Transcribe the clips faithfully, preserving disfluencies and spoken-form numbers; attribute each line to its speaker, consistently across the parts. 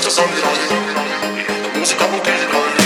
Speaker 1: сердце замирает, музыка внутри играет.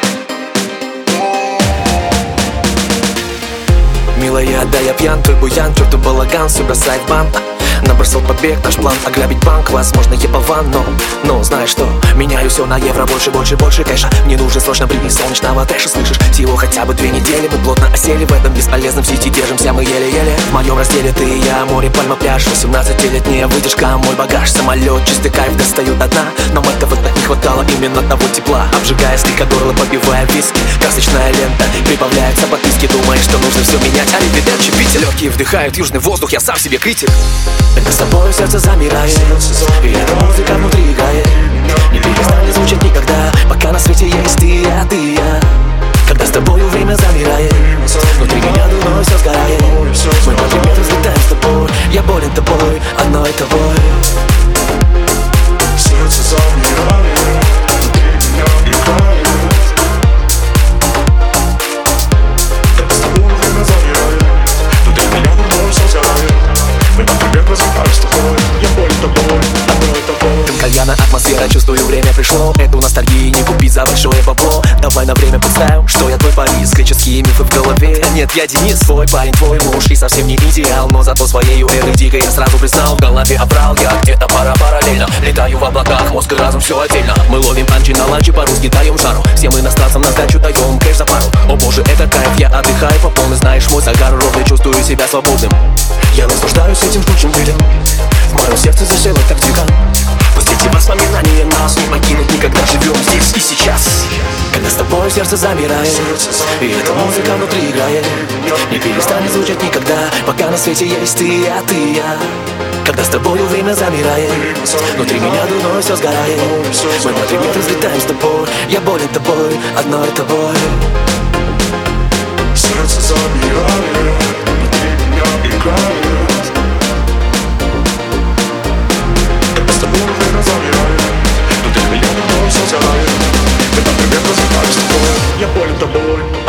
Speaker 2: Милая, да я пьян, твой буян, чертов балаган, все бросает в бан. Набросал побег, наш план ограбить банк. Возможно, я болван, но, но знаешь что? Меняю все на евро, больше, больше, больше кэша. Мне нужен срочно приз солнечного трэша, слышишь? Всего хотя бы две недели, мы плотно осели в этом бесполезном сети. Держимся мы еле-еле. В моем разделе ты и я, море, пальма, пляж. Восемнадцатилетняя выдержка, мой багаж. Самолет, чистый кайф, достаю до дна. Нам этого так не хватало, именно того тепла. Обжигая стыка горло, попивая виски. Красочная лента, прибавляется подписки. Думаешь, что нужно все менять, а ребят, чипите. Легкие вдыхают южный воздух, я сам себе критик. Это с тобой сердце замирает, и эта музыка внутри играет. Не перестанет звучать никогда, пока на свете есть ты, а ты, я. Когда с тобою время замирает, внутри меня дурной все сгорает. Мы по предмету взлетаем с тобой, я болен тобой, одной тобой.
Speaker 1: Сердце замирает, внутри меня играет. Когда с тобой время замирает, внутри меня дурной все сгорает. Мы по предмету взлетаем с тобой, я болен тобой, одной тобой.
Speaker 2: Дым кальяна, атмосфера, чувствую, время пришло. Эту ностальгию не купить за большое бабло. Давай на время представим, что я твой Парис. Греческие мифы в голове. Нет, я Денис, свой парень, твой муж. И совсем не идеал, но зато своей эры дикой я сразу признал. В голове обрал я где-то пара параллельно. Летаю в облаках, мозг и разум все отдельно. Мы ловим панчи на ланче, по-русски даем жару. Всем иностранцам на сдачу даем кэш за пару. О боже, это кайф, я отдыхаю по полной. Знаешь, мой загар ровный, чувствую себя свободным. Я наслаждаюсь этим жгучим видом. В моем сердце засела тактика. Пусть эти воспоминания нас не покинут никогда. Живем здесь и сейчас. Когда с тобой сердце замирает, и эта музыка внутри играет. Не перестанет звучать никогда, пока на свете есть ты, а ты, я. Когда с тобою время замирает, внутри меня дурной все сгорает. Мы на предметы взлетаем с тобой, я болен тобой, одной тобой.
Speaker 1: Сердце замирает, внутри меня играет. Когда с тобой время замирает, внутри меня дурной все сгорает. Мы по предмету взлетаем с тобой, я болен тобой.